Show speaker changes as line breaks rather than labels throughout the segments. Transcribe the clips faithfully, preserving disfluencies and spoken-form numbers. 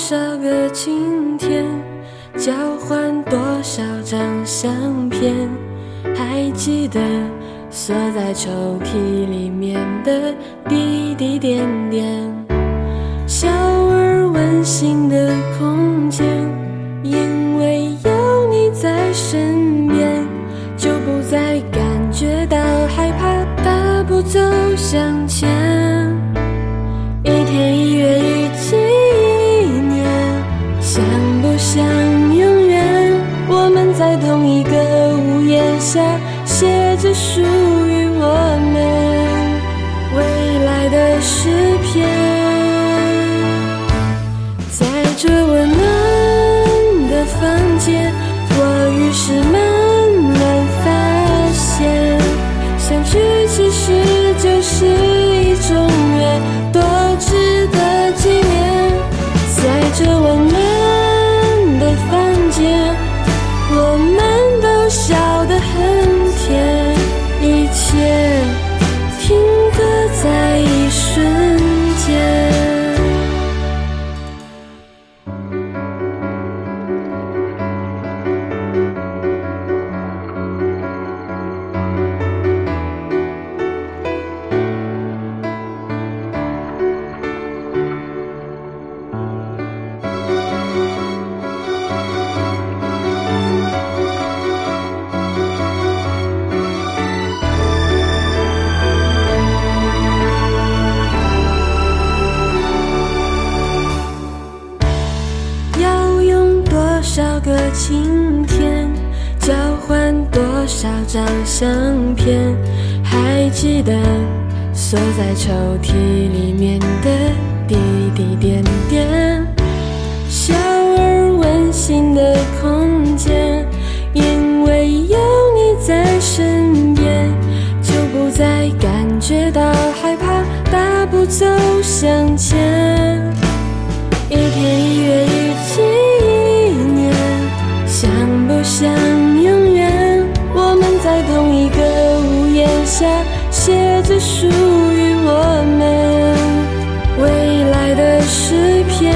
少个晴天，交换多少张相片，还记得锁在抽屉里面的滴滴点点，小而温馨的空间，因为有你在身边，就不再感觉到害怕，大步走向前。一天一月一季一年，想不想永远我们在同一个屋檐下，写着属于我们未来的诗篇。在这温暖的房间，我于是慢慢发现，相聚其实就是一种缘，多值得纪念。在这温暖的房间，我们都笑得很甜，一切停格在一瞬间。多少个晴天，交换多少张相片，还记得锁在抽屉里面的滴滴点点，小而温馨的空间，因为有你在身边，就不再感觉到害怕，大步走向前。一天一月一季一年，想不想永远我们在同一个屋檐下，写着属于我们未来的诗篇。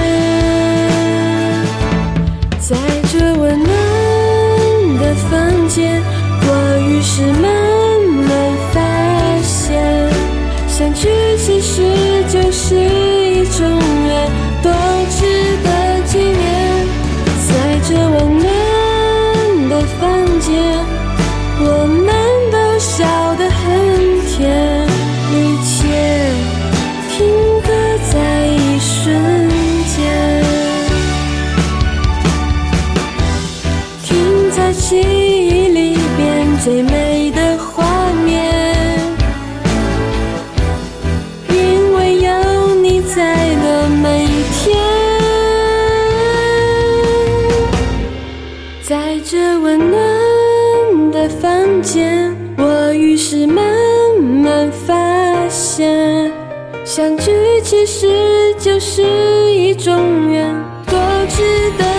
在这温暖的房间，我于是慢慢发现，相聚其实就是一种缘，多值得纪念。在这温暖的房间，我们都笑得很甜，一切停格在一瞬间，停在记忆里边最美的画面，因为有你在的每天。在这温暖的房间，我于是慢慢发现，相聚其实就是一种缘，多值得